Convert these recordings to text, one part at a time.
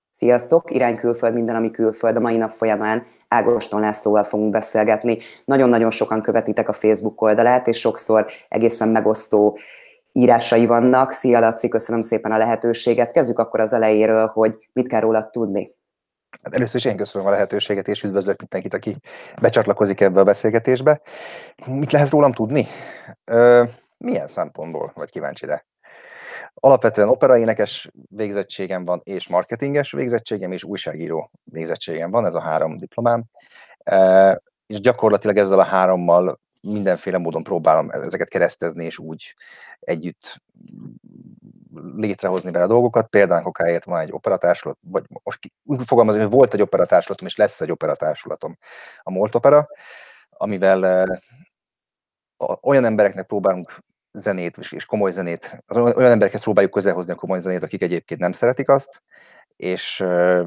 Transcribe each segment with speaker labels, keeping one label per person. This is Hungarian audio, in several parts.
Speaker 1: Sziasztok! Irány külföld, minden, ami külföld. A mai nap folyamán Ágoston Lászlóval fogunk beszélgetni. Nagyon-nagyon sokan követitek a Facebook oldalát, és sokszor egészen megosztó írásai vannak. Szia Laci, köszönöm szépen a lehetőséget. Kezdjük akkor az elejéről, hogy mit kell rólad tudni.
Speaker 2: Hát először is én köszönöm a lehetőséget, és üdvözlök mindenkit, aki becsatlakozik ebbe a beszélgetésbe. Mit lehet rólam tudni? Milyen szempontból vagy kíváncsi rá? Alapvetően operaénekes végzettségem van, és marketinges végzettségem, és újságíró végzettségem van, ez a 3 diplomám. És gyakorlatilag ezzel a 3-mal mindenféle módon próbálom ezeket keresztezni, és úgy együtt létrehozni vele dolgokat. Például okáért van egy operatársulat, vagy most úgy fogalmazom, hogy volt egy operatársulatom, és lesz egy operatársulatom, a Molt Opera, amivel olyan embereknek próbálunk zenét, és komoly zenét, olyan emberekhez próbáljuk közelhozni a komoly zenét, akik egyébként nem szeretik azt, és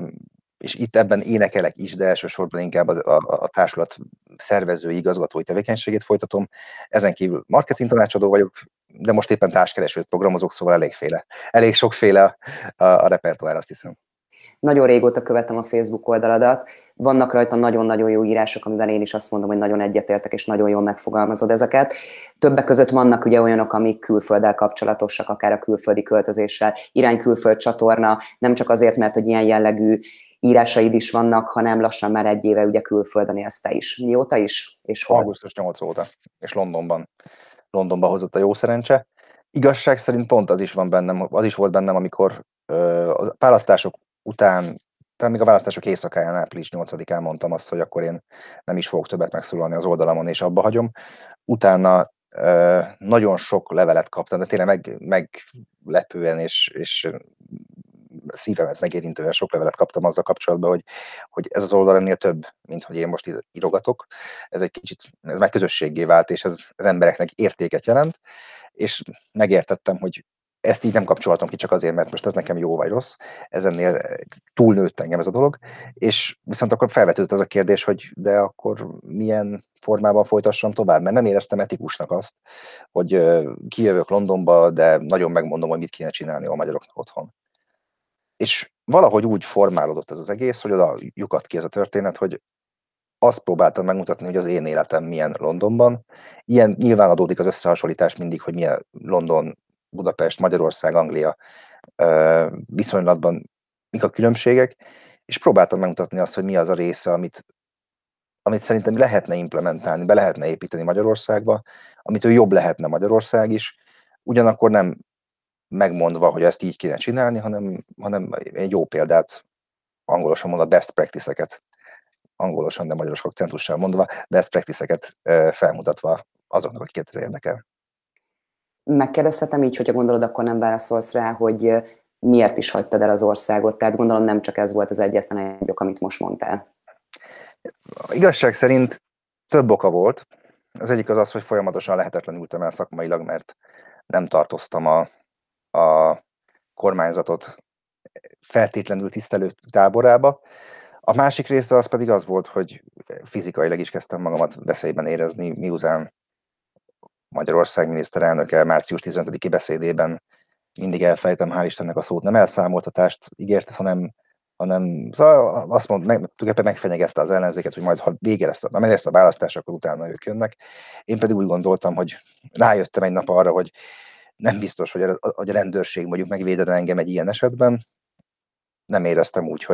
Speaker 2: itt ebben énekelek is, de elsősorban inkább a társulat szervezői, igazgatói tevékenységét folytatom. Ezen kívül marketing tanácsadó vagyok, de most éppen társkeresőt programozok, szóval elég sokféle a repertoár, azt hiszem.
Speaker 1: Nagyon régóta követem a Facebook oldaladat, vannak rajta nagyon-nagyon jó írások, amiben én is azt mondom, hogy nagyon egyetértek, és nagyon jól megfogalmazod ezeket. Többek között vannak ugye olyanok, amik külfölddel kapcsolatosak, akár a külföldi költözéssel. Irány külföld csatorna, nem csak azért, mert hogy ilyen jellegű írásaid is vannak, hanem lassan már 1 éve ugye külföldön élsz te is. Mióta is? És hol?
Speaker 2: Augusztus 8 óta, és Londonban hozott a jó szerencse. Igazság szerint pont az is volt bennem, amikor a választások után, talán még a választások éjszakáján, április 8-án mondtam azt, hogy akkor én nem is fogok többet megszólalni az oldalamon, és abba hagyom. Utána nagyon sok levelet kaptam, de tényleg meglepően és szívemet megérintően sok levelet kaptam azzal kapcsolatban, hogy ez az oldal ennél több, mint hogy én most írogatok. Ez egy kicsit, ez már közösséggé vált, és ez az embereknek értéket jelent, és megértettem, hogy ezt így nem kapcsolhatom ki csak azért, mert most ez nekem jó vagy rossz, ezennél túlnőtt engem ez a dolog, és viszont akkor felvetődött az a kérdés, hogy de akkor milyen formában folytassam tovább, mert nem éreztem etikusnak azt, hogy kijövök Londonba, de nagyon megmondom, hogy mit kéne csinálni a magyaroknak otthon. És valahogy úgy formálódott ez az egész, hogy oda lyukadt ki ez a történet, hogy azt próbáltam megmutatni, hogy az én életem milyen Londonban. Ilyen nyilván adódik az összehasonlítás mindig, hogy milyen London, Budapest, Magyarország, Anglia viszonylatban mik a különbségek, és próbáltam megmutatni azt, hogy mi az a része, amit szerintem lehetne implementálni, be lehetne építeni Magyarországba, amitől jobb lehetne Magyarország is, ugyanakkor nem megmondva, hogy ezt így kéne csinálni, hanem egy jó példát, angolosan mondva best practice-eket, angolosan, de magyaros akcentussal mondva, best practice-eket felmutatva azoknak, akiket ez érdekel.
Speaker 1: Megkérdezhetem így, hogyha gondolod, akkor nem válaszolsz rá, hogy miért is hagytad el az országot? Tehát gondolom nem csak ez volt az egyetlen egy ok, amit most mondtál.
Speaker 2: A igazság szerint több oka volt. Az egyik az, hogy folyamatosan lehetetlenültem el szakmailag, mert nem tartoztam a kormányzatot feltétlenül tisztelő táborába. A másik része az pedig az volt, hogy fizikailag is kezdtem magamat veszélyben érezni, miután Magyarország miniszterelnöke március 15-i beszédében mindig elfejtem, hál' Istennek a szót, nem elszámoltatást ígért, hanem szóval azt mondta, megfenyegette az ellenzéket, hogy majd ha vége lesz a választás, akkor utána ők jönnek. Én pedig úgy gondoltam, hogy rájöttem egy nap arra, hogy nem biztos, hogy a rendőrség mondjuk megvédene engem egy ilyen esetben. Nem éreztem úgy,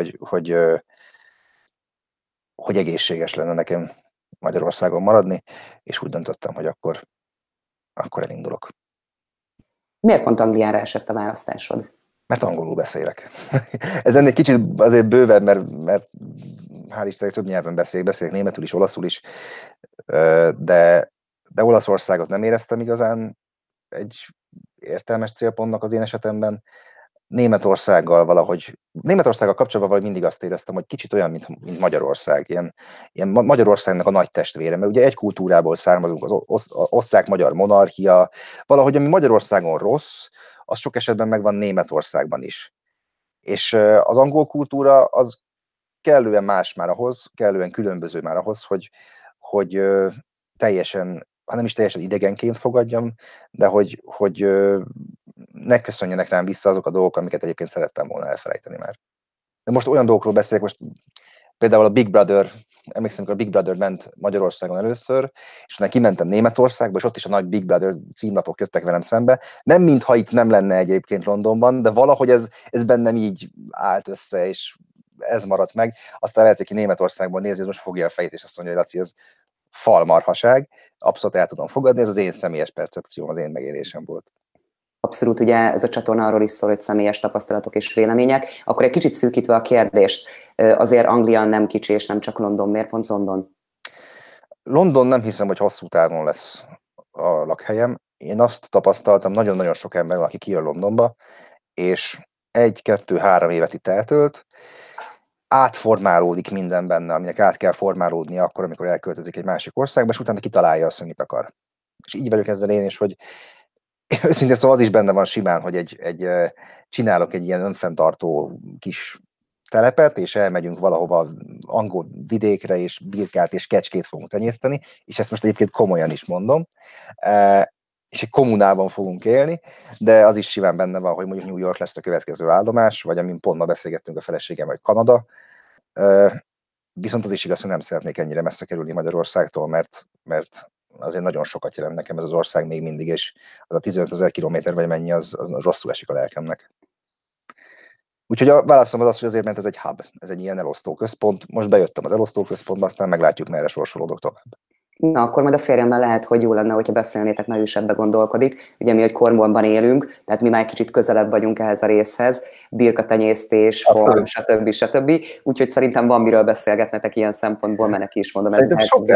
Speaker 2: hogy egészséges lenne nekem Magyarországon maradni, és úgy döntöttem, hogy akkor elindulok.
Speaker 1: Miért pont Angliára esett a választásod?
Speaker 2: Mert angolul beszélek. Ez ennél kicsit azért bővebb, mert hál' Istennek több nyelven beszélek németül is, olaszul is, de Olaszországot nem éreztem igazán egy értelmes célpontnak az én esetemben. Németországgal kapcsolatban valahogy mindig azt éreztem, hogy kicsit olyan, mint Magyarország, ilyen Magyarországnak a nagy testvére, mert ugye egy kultúrából származunk, az osztrák-magyar monarchia, valahogy ami Magyarországon rossz, az sok esetben megvan Németországban is. És az angol kultúra az kellően más már ahhoz, kellően különböző már ahhoz, hogy teljesen, ha nem is teljesen idegenként fogadjam, de hogy ne köszönjenek rám vissza azok a dolgok, amiket egyébként szerettem volna elfelejteni már. De most olyan dolgokról beszélek, most például a Big Brother, emlékszem, amikor a Big Brother ment Magyarországon először, és utána kimentem Németországba, és ott is a nagy Big Brother címlapok jöttek velem szembe. Nem mintha itt nem lenne egyébként Londonban, de valahogy ez bennem így állt össze, és ez maradt meg. Aztán lehet, hogy ki Németországból nézi, ez most fogja a fejét, és azt mondja, hogy Laci, ez falmarhaság. Abszolút el tudom fogadni, ez az én személyes percepcióm, az én megélésem volt.
Speaker 1: Abszolút, ugye ez a csatorna arról is szól, hogy személyes tapasztalatok és vélemények. Akkor egy kicsit szűkítve a kérdést, azért Anglia nem kicsi, és nem csak London. Miért pont London?
Speaker 2: London nem hiszem, hogy hosszú távon lesz a lakhelyem. Én azt tapasztaltam nagyon-nagyon sok ember, aki kijön Londonba, és 1, 2, 3 évet itt eltölt, átformálódik minden benne, aminek át kell formálódnia akkor, amikor elköltözik egy másik országba, és utána kitalálja azt, hogy mit akar. És így vagyok ezzel én is, hogy őszintén szóval az is benne van simán, hogy csinálok egy ilyen önfenntartó kis telepet, és elmegyünk valahova angol vidékre, és birkát és kecskét fogunk tenyészteni, és ezt most egyébként komolyan is mondom, és egy kommunában fogunk élni, de az is simán benne van, hogy mondjuk New York lesz a következő állomás, vagy amin pont ma beszélgettünk a feleségem, vagy Kanada, viszont az is igaz, hogy nem szeretnék ennyire messze kerülni Magyarországtól, mert azért nagyon sokat jelent nekem ez az ország még mindig, és az a 15 000 kilométer, vagy mennyi, az rosszul esik a lelkemnek. Úgyhogy a válaszom az az, hogy azért, mert ez egy hub, ez egy ilyen elosztó központ. Most bejöttem az elosztó központba, aztán meglátjuk, merre sorsolódok tovább.
Speaker 1: Na, akkor majd a férjemmel lehet, hogy jó lenne, hogyha beszélnétek, mert ő is ebbe gondolkodik. Ugye mi, hogy Cornwallban élünk, tehát mi már kicsit közelebb vagyunk ehhez a részhez, birkatenyésztés, farm, stb. Úgyhogy szerintem van miről beszélgetnetek ilyen szempontból, mert neki is mondom, ez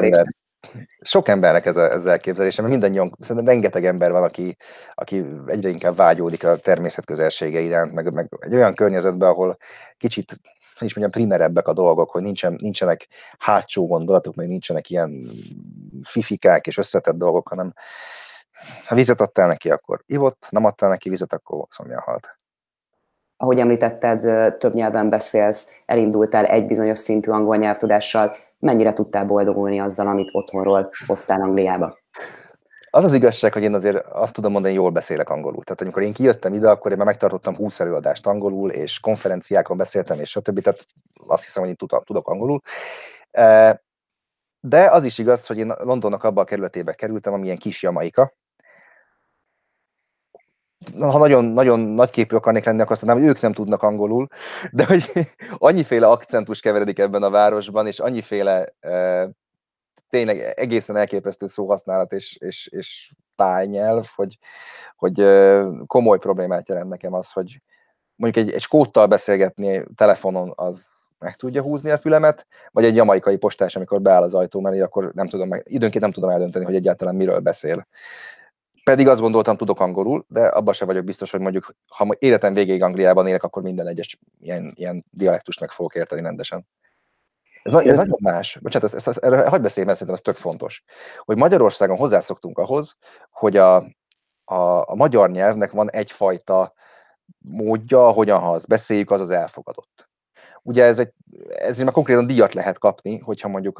Speaker 2: sok embernek ez elképzelése, mert mindannyian, szerintem rengeteg ember van, aki egyre inkább vágyódik a természet közelsége iránt, meg egy olyan környezetben, ahol kicsit, hogy is mondjam, primerebbek a dolgok, hogy nincsenek hátsó gondolatok, meg nincsenek ilyen fifikák és összetett dolgok, hanem ha vizet adtál neki, akkor ivott, nem adtál neki vizet, akkor szomjan halt.
Speaker 1: Ahogy említetted, több nyelven beszélsz, elindultál egy bizonyos szintű angol nyelvtudással, mennyire tudtál boldogulni azzal, amit otthonról hoztál Angliába?
Speaker 2: Az az igazság, hogy én azért azt tudom mondani, hogy jól beszélek angolul. Tehát amikor én kijöttem ide, akkor én már megtartottam 20 előadást angolul, és konferenciákon beszéltem, és stb. Tehát azt hiszem, hogy én tudok angolul. De az is igaz, hogy én Londonnak abba a kerületébe kerültem, ami ilyen kis Jamaika. Ha nagyon nagyképű akarnék lenni, akkor azt mondanám, hogy ők nem tudnak angolul, de hogy annyiféle akcentus keveredik ebben a városban, és annyiféle tényleg egészen elképesztő szóhasználat és tájnyelv, hogy komoly problémát jelent nekem az, hogy mondjuk egy skóttal beszélgetni telefonon, az meg tudja húzni a fülemet, vagy egy jamaikai postás, amikor beáll az ajtó mellé, akkor időnként nem tudom eldönteni, hogy egyáltalán miről beszél. Pedig azt gondoltam, tudok angolul, de abban sem vagyok biztos, hogy mondjuk, ha életem végéig Angliában élek, akkor minden egyes ilyen dialektust meg fogok érteni rendesen. Ez nagyon más. Bocsánat, erre hagyd beszéljem, mert szerintem ez tök fontos. Hogy Magyarországon hozzászoktunk ahhoz, hogy a magyar nyelvnek van egyfajta módja, hogyan ha azt beszéljük, az elfogadott. Ugye ezért már konkrétan díjat lehet kapni, hogyha mondjuk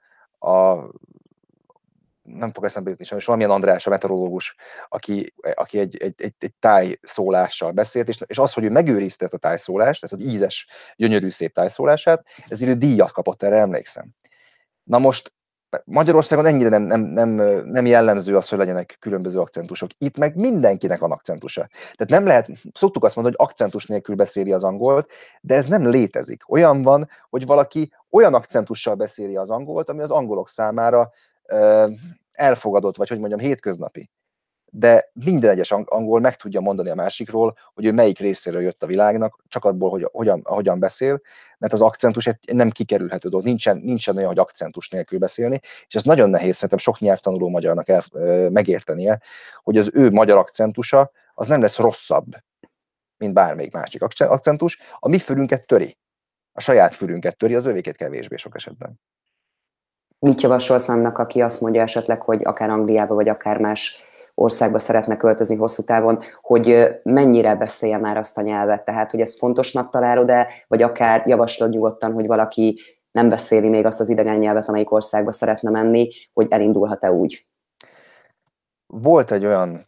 Speaker 2: nem fog eszembe jutni sajnos, valamilyen András, a meteorológus, aki egy tájszólással beszélt, és az, hogy ő megőrizte ezt a tájszólást, ezt az ízes, gyönyörű, szép tájszólását, ezért ő díjat kapott, erre emlékszem. Na most Magyarországon ennyire nem jellemző az, hogy legyenek különböző akcentusok. Itt meg mindenkinek van akcentusa. Tehát nem lehet, szoktuk azt mondani, hogy akcentus nélkül beszéli az angolt, de ez nem létezik. Olyan van, hogy valaki olyan akcentussal beszéli az angolt, ami az angolok számára elfogadott, vagy hogy mondjam, hétköznapi. De minden egyes angol meg tudja mondani a másikról, hogy ő melyik részéről jött a világnak, csak abból, hogy hogyan beszél, mert az akcentus egy nem kikerülhető dolog, nincsen olyan, hogy akcentus nélkül beszélni, és ez nagyon nehéz szerintem sok nyelvtanuló magyarnak megértenie, hogy az ő magyar akcentusa az nem lesz rosszabb, mint bármelyik másik akcentus, a mi fülünket töri. A saját fülünket töri, az övéket kevésbé sok esetben.
Speaker 1: Mit javasolsz annak, aki azt mondja esetleg, hogy akár Angliába, vagy akár más országba szeretne költözni hosszú távon, hogy mennyire beszélje már azt a nyelvet? Tehát, hogy ezt fontosnak találod-e, vagy akár javaslod nyugodtan, hogy valaki nem beszéli még azt az idegen nyelvet, amelyik országba szeretne menni, hogy elindulhat-e úgy?
Speaker 2: Volt egy olyan,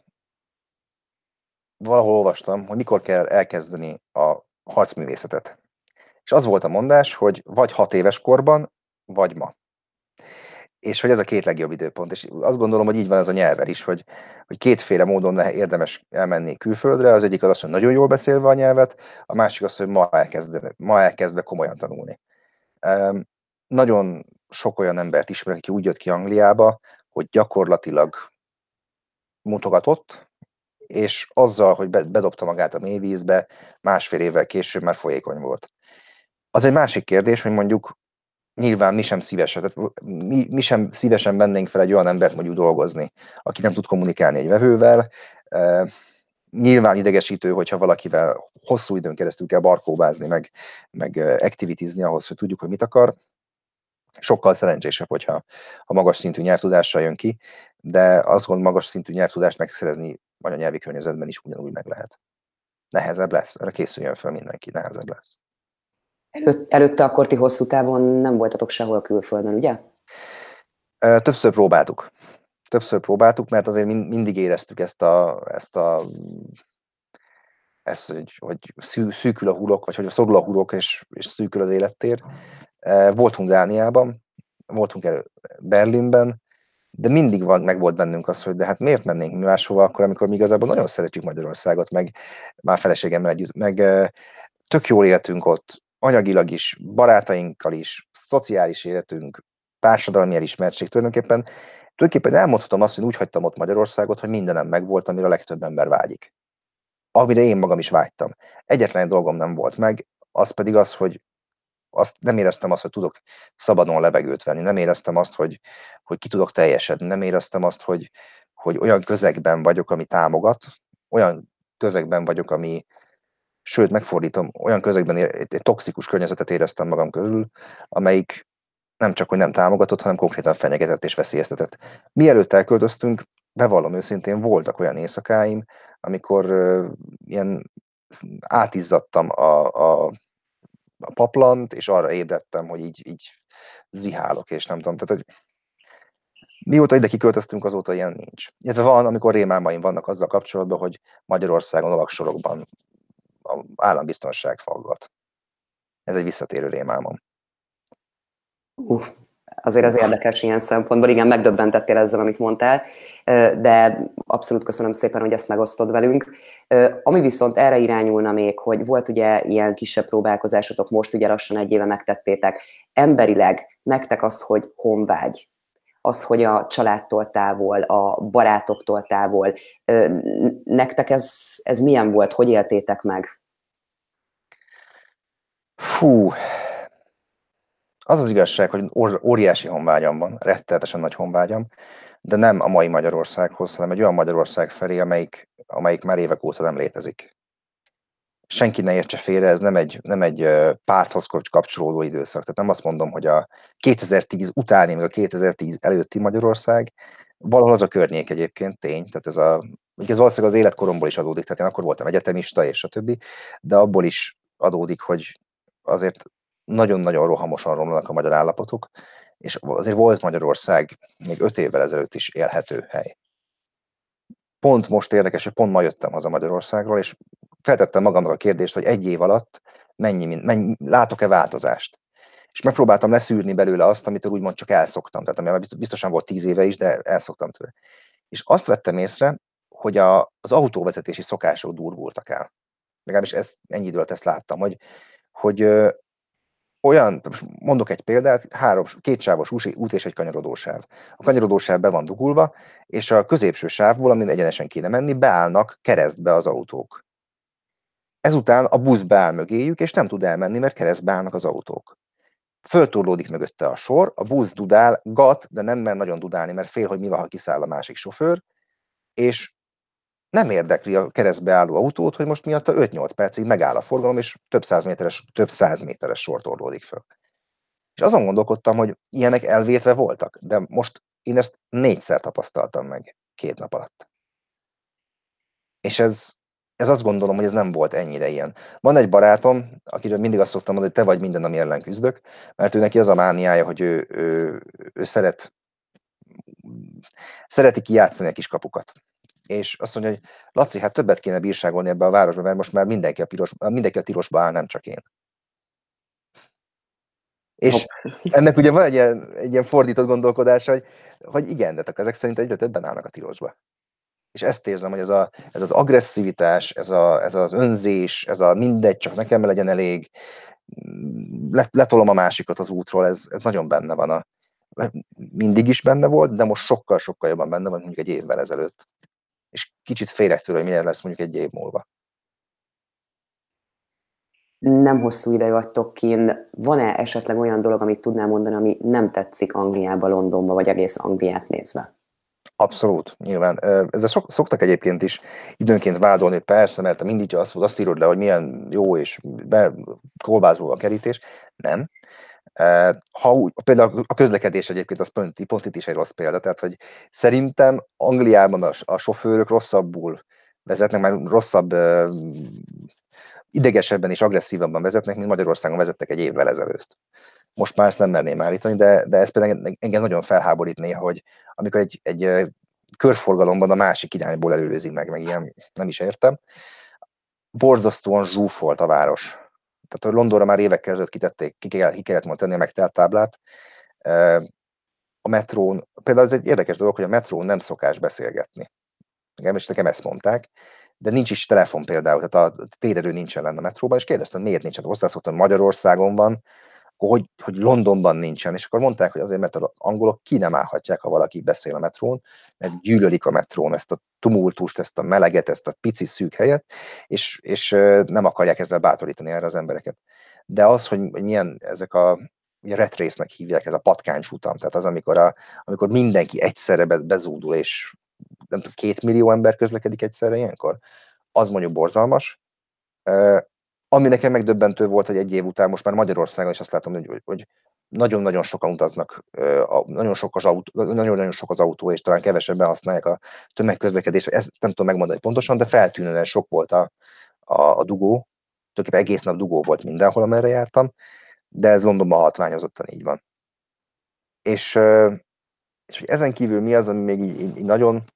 Speaker 2: valahol olvastam, hogy mikor kell elkezdeni a harcművészetet. És az volt a mondás, hogy vagy 6 éves korban, vagy ma. És hogy ez a két legjobb időpont. És azt gondolom, hogy így van ez a nyelvvel is, hogy kétféle módon érdemes elmenni külföldre. Az egyik az az, hogy nagyon jól beszélve a nyelvet, a másik az, hogy ma elkezdve komolyan tanulni. Nagyon sok olyan embert ismerek, aki úgy jött ki Angliába, hogy gyakorlatilag mutogatott, és azzal, hogy bedobta magát a mélyvízbe, 1,5 évvel később már folyékony volt. Az egy másik kérdés, hogy mondjuk nyilván mi sem szívesen, tehát mi sem szívesen vennénk fel egy olyan embert mondjuk dolgozni, aki nem tud kommunikálni egy vevővel. Nyilván idegesítő, hogyha valakivel hosszú időn keresztül kell barkóbázni, meg activitizni ahhoz, hogy tudjuk, hogy mit akar. Sokkal szerencsésebb, hogyha magas szintű nyelvtudással jön ki, de azt gondolom, magas szintű nyelvtudást megszerezni anyanyelvi környezetben is ugyanúgy meg lehet. Nehezebb lesz, erre készüljön fel mindenki, nehezebb lesz.
Speaker 1: Előtte akkor ti hosszú távon nem voltatok sehol külföldön, ugye?
Speaker 2: Többször próbáltuk, mert azért mindig éreztük hogy szűkül a hurok, vagy hogy szorul a hurok, és szűkül az élettér. Voltunk Dániában, voltunk Berlinben, de mindig meg volt bennünk az, hogy de hát miért mennénk mi máshova akkor, amikor mi igazából nagyon szeretjük Magyarországot, meg már feleségemmel együtt, meg tök jól éltünk ott, anyagilag is, barátainkkal is, szociális életünk, társadalmi elismertség. Tulajdonképpen elmondhatom azt, hogy úgy hagytam ott Magyarországot, hogy mindenem megvolt, amire a legtöbb ember vágyik. Amire én magam is vágytam. Egyetlen egy dolgom nem volt meg, az pedig az, hogy nem éreztem azt, hogy tudok szabadon levegőt venni, nem éreztem azt, hogy ki tudok teljesedni, nem éreztem azt, hogy olyan közegben vagyok, ami támogat, olyan közegben vagyok, ami, sőt, megfordítom, olyan közegben egy toxikus környezetet éreztem magam körül, amelyik nem csak, hogy nem támogatott, hanem konkrétan fenyegetett és veszélyeztetett. Mielőtt elköltöztünk, bevallom őszintén, voltak olyan éjszakáim, amikor ilyen átizzadtam a paplant, és arra ébredtem, hogy így zihálok, és nem tudom, tehát hogy mióta ide kiköltöztünk, azóta ilyen nincs. Illetve van, amikor rémálmaim vannak azzal kapcsolatban, hogy Magyarországon a sorokban a állambiztonság faggat. Ez egy visszatérő rémálmom.
Speaker 1: Azért ez érdekes ilyen szempontból. Igen, megdöbbentettél ezzel, amit mondtál, de abszolút köszönöm szépen, hogy ezt megosztod velünk. Ami viszont erre irányulna még, hogy volt ugye ilyen kisebb próbálkozásotok, most ugye lassan 1 éve megtettétek. Emberileg nektek az, hogy honvágy, az, hogy a családtól távol, a barátoktól távol, nektek ez milyen volt, hogy éltétek meg?
Speaker 2: Fú, az az igazság, hogy óriási honvágyam van, rettenetesen nagy honvágyam, de nem a mai Magyarországhoz, hanem egy olyan Magyarország felé, amelyik már évek óta nem létezik. Senki ne értse félre, ez nem egy párthoz kapcsolódó időszak. Tehát nem azt mondom, hogy a 2010 utáni, meg a 2010 előtti Magyarország, valahol az a környék egyébként tény, tehát ez valószínűleg az életkoromból is adódik, tehát én akkor voltam egyetemista, és a többi, de abból is adódik, hogy azért nagyon-nagyon rohamosan romlanak a magyar állapotok, és azért volt Magyarország még 5 évvel ezelőtt is élhető hely. Pont most érdekes, hogy pont ma jöttem haza Magyarországról, és feltettem magamnak a kérdést, hogy 1 év alatt látok-e változást. És megpróbáltam leszűrni belőle azt, amitől úgymond csak elszoktam. Tehát ami biztosan volt 10 éve is, de elszoktam tőle. És azt vettem észre, hogy az autóvezetési szokások durvultak el. Legalábbis ennyi idő alatt ezt láttam, hogy olyan, mondok egy példát, 2 sávos út és egy kanyarodósáv. A kanyarodósáv be van dugulva, és a középső sávból, amin egyenesen kéne menni, beállnak keresztbe az autók. Ezután a busz beáll mögéjük, és nem tud elmenni, mert keresztbe állnak az autók. Föltorlódik mögötte a sor, a busz dudál, de nem mer nagyon dudálni, mert fél, hogy mi van, ha kiszáll a másik sofőr, és nem érdekli a keresztbe álló autót, hogy most miatta 5-8 percig megáll a forgalom, és több száz méteres sor torlódik föl. És azon gondolkodtam, hogy ilyenek elvétve voltak, de most én ezt 4-szer tapasztaltam meg 2 nap alatt. És ez azt gondolom, hogy ez nem volt ennyire ilyen. Van egy barátom, akiről mindig azt szoktam mondani, hogy te vagy minden, ami ellen küzdök, mert ő neki az a mániája, hogy ő szereti kijátszani a kiskapukat. És azt mondja, hogy Laci, hát többet kéne bírságolni ebbe a városba, mert most már mindenki a tirosba áll, nem csak én. És ennek ugye van egy ilyen fordított gondolkodása, hogy igen, de ezek szerint egyre többen állnak a tilosba. És ezt érzem, hogy ez az agresszivitás, ez az önzés, ez a mindegy, csak nekem legyen elég, letolom a másikat az útról, ez nagyon benne van. Mindig is benne volt, de most sokkal-sokkal jobban benne van, mondjuk egy évvel ezelőtt. És kicsit félek tőle, hogy milyen lesz mondjuk egy év múlva.
Speaker 1: Nem hosszú ideje vagytok kin. Van-e esetleg olyan dolog, amit tudnál mondani, ami nem tetszik Angliába, Londonba, vagy egész Angliát nézve?
Speaker 2: Abszolút, nyilván. Ezzel szoktak egyébként is időnként vádolni, hogy persze, mert te mindig azt írod le, hogy milyen jó és kolbászolva a kerítés. Nem. Például a közlekedés egyébként az pont itt is egy rossz példa, tehát hogy szerintem Angliában a sofőrök rosszabbul vezetnek, már rosszabb, idegesebben és agresszívabban vezetnek, mint Magyarországon vezettek egy évvel ezelőtt. Most már ezt nem merném állítani, de ez például engem nagyon felháborít néha, hogy amikor egy körforgalomban a másik irányból előzik meg ilyen, nem is értem. Borzasztóan zsúfolt a város. Tehát, hogy Londonra már évekkel ezelőtt kitették, ki kellett volna tenni a megtelt táblát. A metrón, például ez egy érdekes dolog, hogy a metrón nem szokás beszélgetni. Nekem ezt mondták, de nincs is telefon például, tehát a térerő nincsen lenne a metróban, és kérdeztem, miért nincsen. Hozzászóltam, Magyarországon van, hogy Londonban nincsen, és akkor mondták, hogy azért, mert az angolok ki nem állhatják, ha valaki beszél a metrón, mert gyűlölik a metrón ezt a tumultust, ezt a meleget, ezt a pici szűk helyet, és nem akarják ezzel bátorítani erre az embereket. De az, hogy milyen ezek ugye rat race-nek hívják, ez a patkányfutam, tehát az, amikor mindenki egyszerre bezúdul, és nem tudom, 2 millió ember közlekedik egyszerre ilyenkor, az mondjuk borzalmas. Ami nekem megdöbbentő volt, hogy egy év után most már Magyarországon is azt látom, hogy nagyon-nagyon sokan utaznak, nagyon-nagyon sok az autó, és talán kevesebben használják a tömegközlekedést. Ezt nem tudom megmondani pontosan, de feltűnően sok volt a dugó. Tulajdonképpen egész nap dugó volt mindenhol, amerre jártam, de ez Londonban hatványozottan így van. És hogy ezen kívül mi az, ami még így nagyon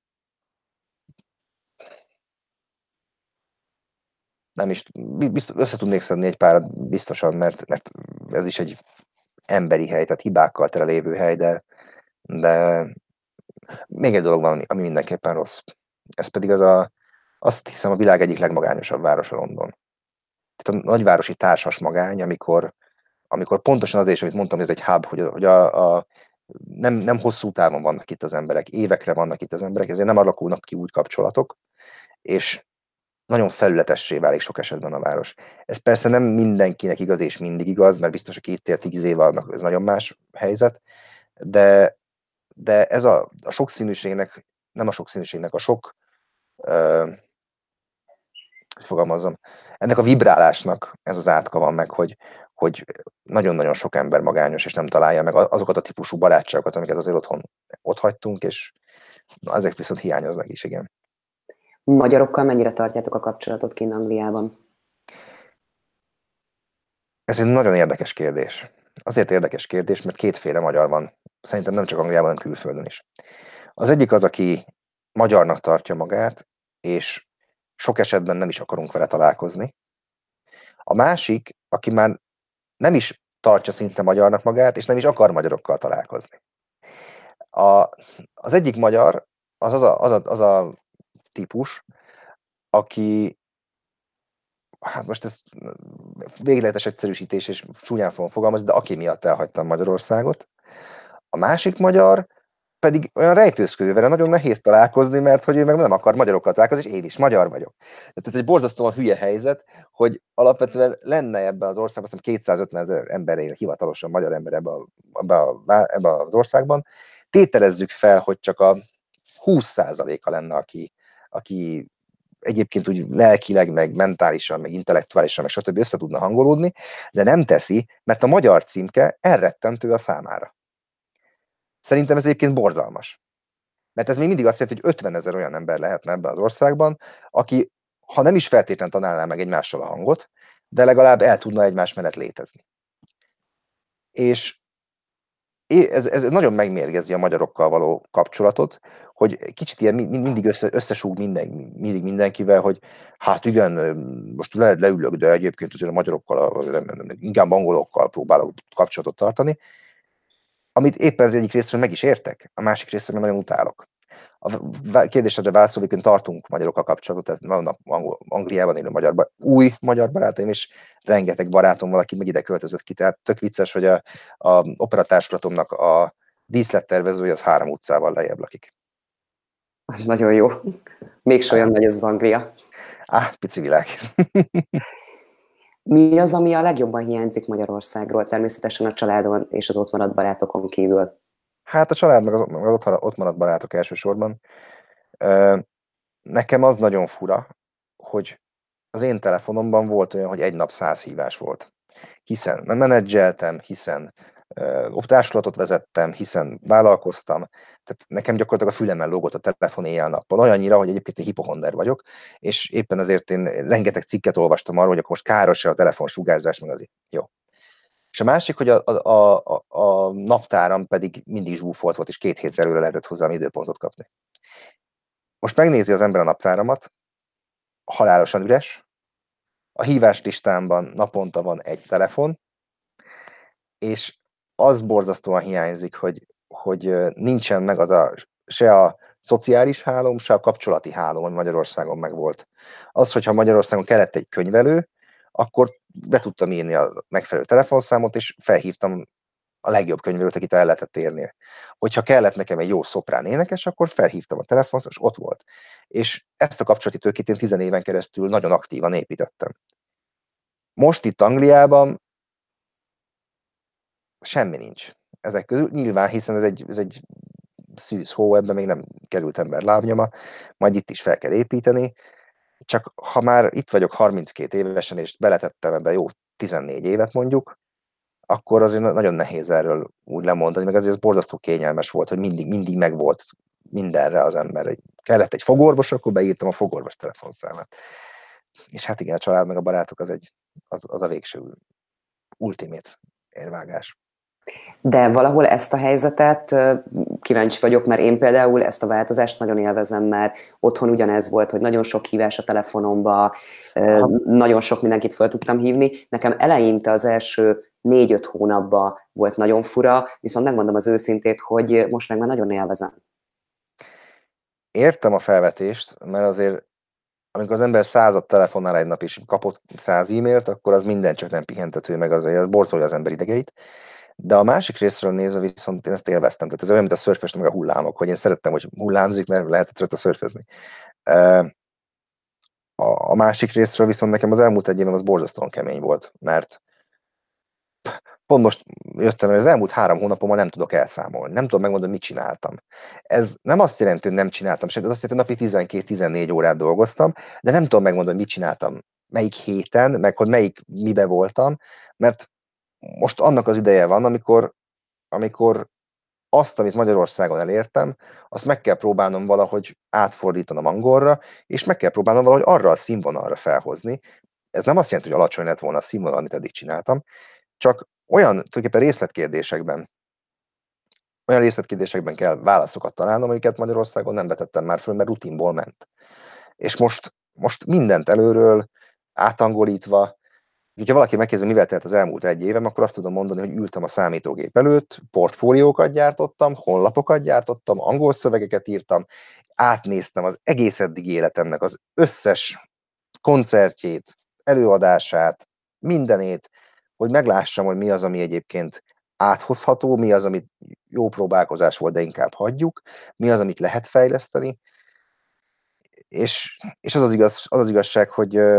Speaker 2: nem is, össze tudnék szedni egy párat biztosan, mert ez is egy emberi hely, tehát hibákkal tele lévő hely, de még egy dolog van, ami mindenképpen rossz. Ez pedig azt hiszem a világ egyik legmagányosabb városa London. Tehát a nagyvárosi társas magány, amikor pontosan azért, amit mondtam, hogy ez egy hub, hogy nem hosszú távon vannak itt az emberek, évekre vannak itt az emberek, ezért nem alakulnak ki úgy kapcsolatok, és nagyon felületessé válik sok esetben a város. Ez persze nem mindenkinek igaz és mindig igaz, mert biztos, aki itt él 10 év alatt, ez nagyon más helyzet, de ez a sokszínűségnek, nem a sokszínűségnek, hogy fogalmazom, ennek a vibrálásnak ez az átka van meg, hogy nagyon-nagyon sok ember magányos, és nem találja meg azokat a típusú barátságokat, amiket azért otthon ott hagytunk, és ezek viszont hiányoznak is, igen.
Speaker 1: Magyarokkal mennyire tartjátok a kapcsolatot kint Angliában?
Speaker 2: Ez egy nagyon érdekes kérdés. Azért érdekes kérdés, mert kétféle magyar van. Szerintem nem csak Angliában, hanem külföldön is. Az egyik az, aki magyarnak tartja magát, és sok esetben nem is akarunk vele találkozni. A másik, aki már nem is tartja szinte magyarnak magát, és nem is akar magyarokkal találkozni. Az egyik magyar az a típus, aki, hát most ez végletes egyszerűsítés, és csúnyán fogom fogalmazni, de aki miatt elhagytam Magyarországot. A másik magyar pedig olyan rejtőzködő, vele nagyon nehéz találkozni, mert hogy ő meg nem akar magyarokkal találkozni, és én is magyar vagyok. Tehát ez egy borzasztóan hülye helyzet, hogy alapvetően lenne ebben az országban, azt hiszem 250 000 ember él, hivatalosan magyar ember ebbe az országban. Tételezzük fel, hogy csak a 20%-a lenne, aki egyébként úgy lelkileg, meg mentálisan, meg intellektuálisan, meg stb. Össze tudna hangolódni, de nem teszi, mert a magyar címke elrettentő a számára. Szerintem ez egyébként borzalmas. Mert ez még mindig azt jelenti, hogy 50 000 olyan ember lehetne ebben az országban, aki, ha nem is feltétlenül tanálná meg egymással a hangot, de legalább el tudna egymás mellett létezni. És ez nagyon megmérgezi a magyarokkal való kapcsolatot, hogy kicsit ilyen mindig összesúg mindig mindenkivel, hogy hát igen, most leülök, de egyébként azért a magyarokkal, inkább angolokkal próbálok kapcsolatot tartani, amit éppen az egyik részről meg is értek, a másik részről nagyon utálok. A kérdésedre válaszolva, hogy tartunk magyarokkal kapcsolatot, tehát vannak Angliában élő új magyar barátaim, és rengeteg barátom van, aki meg ide költözött ki, tehát tök vicces, hogy a operatársulatomnak a díszlettervezője az 3 utcával lejjebb lakik.
Speaker 1: Az nagyon jó. Mégse olyan nagy ez az Anglia.
Speaker 2: Pici világ.
Speaker 1: Mi az, ami a legjobban hiányzik Magyarországról? Természetesen a családon és az ott maradt barátokon kívül.
Speaker 2: Hát a család, meg az ott maradt barátok elsősorban. Nekem az nagyon fura, hogy az én telefonomban volt olyan, hogy egy nap 100 hívás volt. Hiszen menedzseltem, hiszen társulatot vezettem, hiszen vállalkoztam, tehát nekem gyakorlatilag a fülemen lógott a telefon éjjel-nappal, olyannyira, hogy egyébként egy hipohonder vagyok, és éppen ezért én rengeteg cikket olvastam arról, hogy akkor most káros-e a telefonsugárzás, meg azért jó. És a másik, hogy a naptáram pedig mindig zsúfolt volt, és 2 hétre előre lehetett hozzám időpontot kapni. Most megnézi az ember a naptáramat, halálosan üres, a hívás listámban naponta van egy telefon, és az borzasztóan hiányzik, hogy nincsen meg se a szociális hálóm, se a kapcsolati hálóm, ami Magyarországon megvolt. Az, hogyha Magyarországon kellett egy könyvelő, akkor be tudtam írni a megfelelő telefonszámot, és felhívtam a legjobb könyvelőt, akit el lehetett érni. Hogyha kellett nekem egy jó szoprán énekes, akkor felhívtam a telefont, és ott volt. És ezt a kapcsolati tőkét én 10 éven keresztül nagyon aktívan építettem. Most itt Angliában semmi nincs ezek közül. Nyilván, hiszen ez egy szűz hó, ebben még nem került ember lábnyoma, majd itt is fel kell építeni. Csak ha már itt vagyok 32 évesen, és beletettem ebbe jó 14 évet mondjuk, akkor azért nagyon nehéz erről úgy lemondani, meg azért ez borzasztó kényelmes volt, hogy mindig megvolt mindenre az ember. Hogy kellett egy fogorvos, akkor beírtam a fogorvos telefonszámát. És hát igen, a család meg a barátok az a végső ultimate érvágás.
Speaker 1: De valahol ezt a helyzetet kíváncsi vagyok, mert én például ezt a változást nagyon élvezem, mert otthon ugyanez volt, hogy nagyon sok hívás a telefonomba, nagyon sok mindenkit fel tudtam hívni. Nekem eleinte az első 4-5 hónapban volt nagyon fura, viszont megmondom az őszintét, hogy most meg már nagyon élvezem.
Speaker 2: Értem a felvetést, mert azért amikor az ember 100 telefonál egy nap és kapott 100 e-mailt, akkor az minden csak nem pihentető, meg az borzolja az ember idegeit. De a másik részről nézve viszont én ezt élveztem. Tehát ez olyan, mint a szörfös, meg a hullámok, hogy én szerettem, hogy hullámzik, mert lehetett rajta szörfözni. A másik részről viszont nekem az elmúlt egy évem az borzasztóan kemény volt, mert pont most jöttem, hogy az elmúlt 3 hónapommal nem tudok elszámolni. Nem tudom megmondani, mit csináltam. Ez nem azt jelenti, hogy nem csináltam semmit, ez azt jelenti, hogy napi 12-14 órát dolgoztam, de nem tudom megmondani, mit csináltam, melyik héten, meg hogy mibe voltam, mert most annak az ideje van, amikor azt, amit Magyarországon elértem, azt meg kell próbálnom valahogy átfordítanom angolra, és meg kell próbálnom valahogy arra a színvonalra felhozni. Ez nem azt jelenti, hogy alacsony lett volna a színvonal, amit eddig csináltam, csak tulajdonképpen olyan részletkérdésekben kell válaszokat találnom, amiket Magyarországon nem vetettem már föl, mert rutinból ment. És most mindent előről, átangolítva, hogyha valaki megkérdezi, mivel telt az elmúlt egy évem, akkor azt tudom mondani, hogy ültem a számítógép előtt, portfóliókat gyártottam, honlapokat gyártottam, angol szövegeket írtam, átnéztem az egész eddigi életemnek az összes koncertjét, előadását, mindenét, hogy meglássam, hogy mi az, ami egyébként áthozható, mi az, amit jó próbálkozás volt, de inkább hagyjuk, mi az, amit lehet fejleszteni, és az igazság,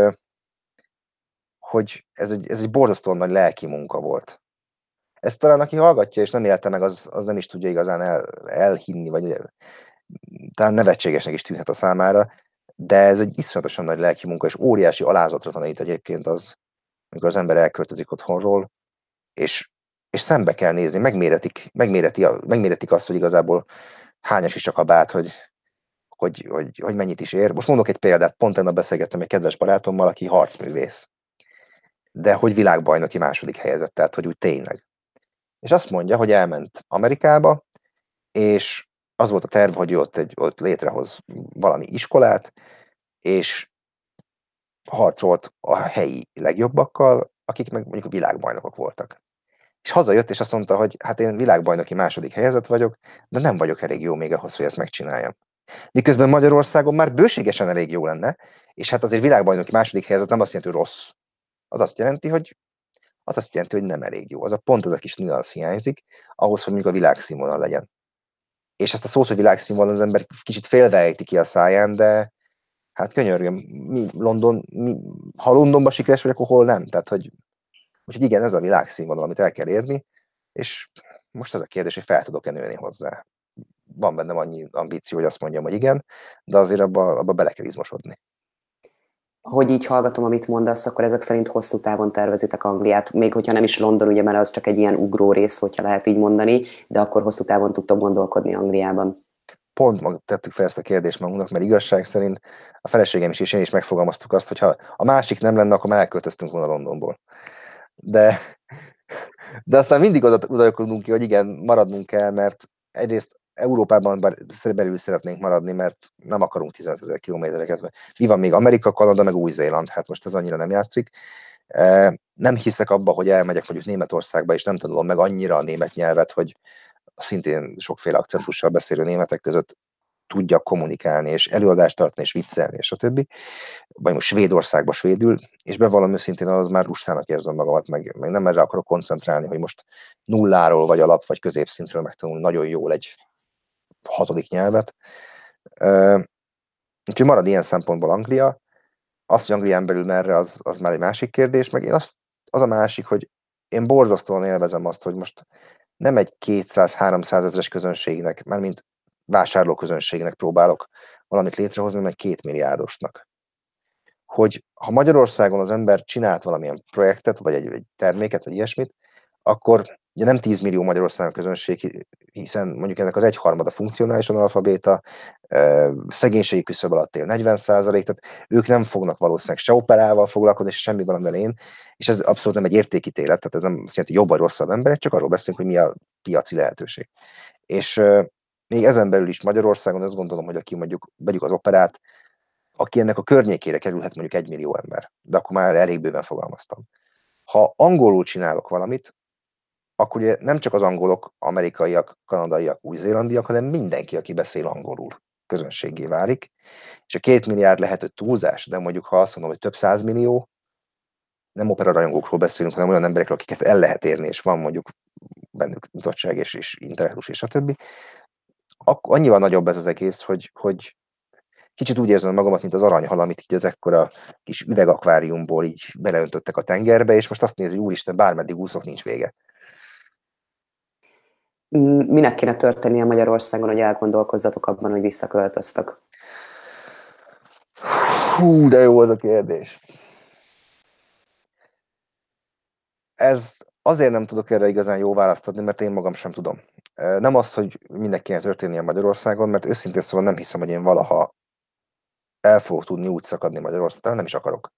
Speaker 2: hogy ez egy borzasztóan nagy lelki munka volt. Ezt talán aki hallgatja és nem élte meg, az nem is tudja igazán elhinni, vagy talán nevetségesnek is tűnhet a számára, de ez egy iszonyatosan nagy lelki munka, és óriási alázatra tanít egyébként az, amikor az ember elköltözik otthonról, és szembe kell nézni, megméretik azt, hogy igazából hányas is a kabát, hogy mennyit is ér. Most mondok egy példát, pont tegnap beszélgettem egy kedves barátommal, aki harcművész, de hogy világbajnoki második helyezett, tehát hogy úgy tényleg. És azt mondja, hogy elment Amerikába, és az volt a terv, hogy ott létrehoz valami iskolát, és harcolt a helyi legjobbakkal, akik meg mondjuk a világbajnokok voltak. És hazajött, és azt mondta, hogy hát én világbajnoki második helyezett vagyok, de nem vagyok elég jó még ahhoz, hogy ezt megcsináljam. Miközben Magyarországon már bőségesen elég jó lenne, és hát azért világbajnoki második helyezett nem azt jelenti, hogy rossz. Az azt jelenti, hogy nem elég jó. Pont az a kis nüansz hiányzik, ahhoz, hogy mondjuk a világszínvonal legyen. És ezt a szót, hogy világszínvonal, az ember kicsit félve ejti ki a száján, de hát könyörgöm, ha Londonban sikeres vagy, akkor hol nem? Tehát, hogy úgyhogy igen, ez a világszínvonal, amit el kell érni, és most az a kérdés, hogy fel tudok-e nőni hozzá. Van bennem annyi ambíció, hogy azt mondjam, hogy igen, de azért abba bele kell izmosodni.
Speaker 1: Hogy így hallgatom, amit mondasz, akkor ezek szerint hosszú távon tervezitek Angliát, még hogyha nem is London, ugye, mert az csak egy ilyen ugró rész, hogyha lehet így mondani, de akkor hosszú távon tudtok gondolkodni Angliában.
Speaker 2: Pont tettük fel ezt a kérdést magunknak, mert igazság szerint a feleségem is és én is megfogalmaztuk azt, hogy ha a másik nem lenne, akkor már elköltöztünk volna Londonból. De, de aztán mindig oda ki, hogy igen, maradnunk kell, mert egyrészt Európában belül szeretnénk maradni, mert nem akarunk 15 000 kilométereket. Mi van még Amerika, Kanada, meg Új-Zéland, hát most ez annyira nem játszik. Nem hiszek abba, hogy elmegyek mondjuk Németországba, és nem tanulom meg annyira a német nyelvet, hogy szintén sokféle akcentussal beszélő németek között tudjak kommunikálni, és előadást tartani, és viccelni, és a többi. Vagy most Svédországba svédül, és bevallom őszintén, az már lustának érzem magamat, meg nem erre akarok koncentrálni, hogy most nulláról, vagy alap, vagy középszintről megtanulni nagyon jól egy hatodik nyelvet. Úgyhogy marad ilyen szempontból Anglia. Az, hogy Anglián belül merre, az már egy másik kérdés, meg az a másik, hogy én borzasztóan élvezem azt, hogy most nem egy 200-300 ezres közönségnek, mármint vásárló közönségnek próbálok valamit létrehozni, hanem egy 2 milliárdosnak. Hogy ha Magyarországon az ember csinált valamilyen projektet, vagy egy terméket, vagy ilyesmit, akkor ugye nem 10 millió Magyarországon közönség, hiszen mondjuk ennek az egyharmada funkcionálisan analfabéta, szegénységi küszöb alatt él 40%, tehát ők nem fognak valószínűleg se operával foglalkozni, se semmivel, amivel én, és ez abszolút nem egy értékítélet, tehát ez nem azt jelenti, hogy jobb vagy rosszabb emberek, csak arról beszélünk, hogy mi a piaci lehetőség. És még ezen belül is Magyarországon azt gondolom, hogy aki mondjuk vegyük az operát, aki ennek a környékére kerülhet mondjuk 1 millió ember, de akkor már elég bőven fogalmaztam. Ha angolul csinálok valamit, akkor ugye nem csak az angolok, amerikaiak, kanadaiak, új-zélandiak, hanem mindenki, aki beszél angolul közönségé válik. És a 2 milliárd lehet, hogy túlzás, de mondjuk ha azt mondom, hogy több százmillió, nem operarajongókról beszélünk, hanem olyan emberekről, akiket el lehet érni, és van mondjuk bennük nyitottság és intellektus és a többi, annyival nagyobb ez az egész, hogy kicsit úgy érzem magamat, mint az aranyhal, amit így az ekkora kis üvegakváriumból így beleöntöttek a tengerbe, és most azt nézi, hogy úristen, bármeddig úszok, nincs vége.
Speaker 1: Minek kéne történnie Magyarországon, hogy elgondolkozzatok abban, hogy visszaköltöztök?
Speaker 2: Hú, de jó az a kérdés. Ez azért nem tudok erre igazán jó választ adni, mert én magam sem tudom. Nem azt, hogy mindenki kéne történnie Magyarországon, mert őszintén szóval nem hiszem, hogy én valaha el fogok tudni úgy szakadni Magyarországon, nem is akarok.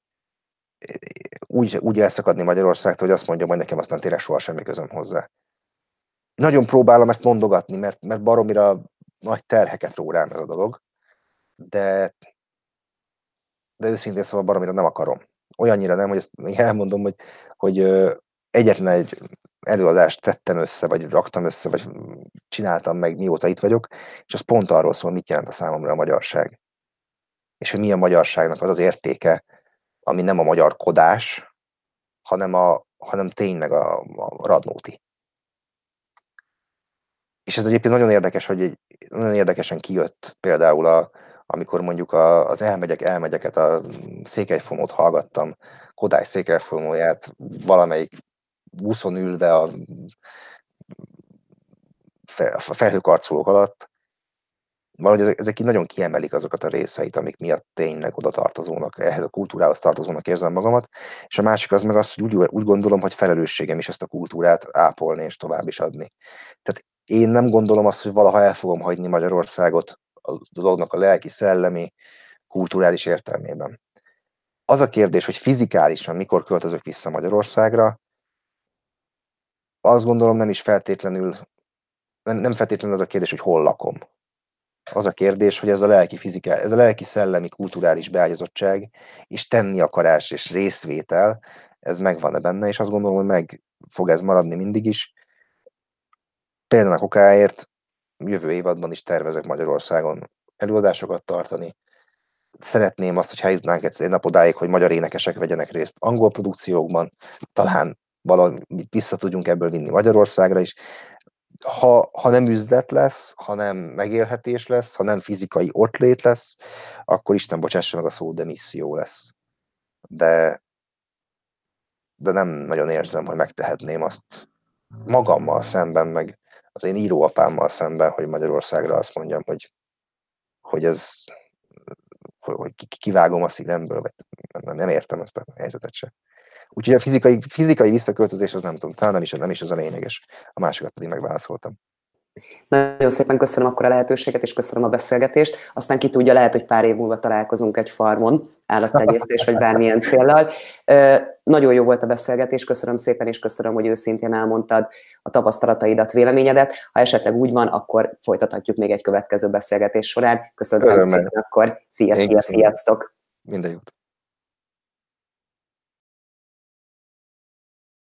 Speaker 2: Úgy elszakadni Magyarországtól, hogy azt mondjam, hogy nekem aztán tényleg soha semmi közöm hozzá. Nagyon próbálom ezt mondogatni, mert baromira nagy terheket ró rám ez a dolog, de őszintén szóval baromira nem akarom. Olyannyira nem, hogy ezt még elmondom, hogy egyetlen egy előadást tettem össze, vagy raktam össze, vagy csináltam meg, mióta itt vagyok, és az pont arról szól, mit jelent a számomra a magyarság. És hogy mi a magyarságnak az az értéke, ami nem a magyarkodás, hanem tényleg a Radnóti. És ez egyébként nagyon érdekes, hogy nagyon érdekesen kijött például, amikor mondjuk az elmegyeket, a Székelyfonót hallgattam, Kodály Székelyfonóját valamelyik buszon ülve a felhőkarcolók alatt, valahogy ezek így nagyon kiemelik azokat a részeit, amik miatt tényleg oda tartozónak, ehhez a kultúrához tartozónak érzem magamat, és a másik az meg az, hogy úgy gondolom, hogy felelősségem is ezt a kultúrát ápolni és tovább is adni. Tehát én nem gondolom azt, hogy valaha el fogom hagyni Magyarországot a dolognak a lelki, szellemi, kulturális értelmében. Az a kérdés, hogy fizikálisan mikor költözök vissza Magyarországra, azt gondolom nem is feltétlenül nem feltétlenül az a kérdés, hogy hol lakom. Az a kérdés, hogy ez a lelki fizika, ez a lelki szellemi kulturális beágyazottság, és tenni akarás és részvétel, ez megvan-e benne, és azt gondolom, hogy meg fog ez maradni mindig is. Például okáért jövő évadban is tervezek Magyarországon előadásokat tartani. Szeretném azt, hogy eljutnánk egy nap odáig, hogy magyar énekesek vegyenek részt angol produkciókban, talán valamit vissza tudjunk ebből vinni Magyarországra is. Ha nem üzlet lesz, ha nem megélhetés lesz, ha nem fizikai ottlét lesz, akkor Isten bocsássa meg a szó, de misszió lesz. De nem nagyon érzem, hogy megtehetném azt magammal szemben, meg az én íróapámmal szemben, hogy Magyarországra azt mondjam, hogy ez hogy kivágom a szívemből, vagy nem értem ezt a helyzetet se. Úgyhogy a fizikai visszaköltözés az nem tudom, talán nem is az a lényeges. A másikat pedig megválaszoltam.
Speaker 1: Nagyon szépen köszönöm akkor a lehetőséget, és köszönöm a beszélgetést. Aztán ki tudja, lehet, hogy pár év múlva találkozunk egy farmon, állattenyésztés, vagy bármilyen céllal. Nagyon jó volt a beszélgetés, köszönöm szépen, és köszönöm, hogy őszintén elmondtad a tapasztalataidat, véleményedet. Ha esetleg úgy van, akkor folytathatjuk még egy következő beszélgetés során. Köszönöm szépen, akkor sziasztok!
Speaker 2: Minden jót!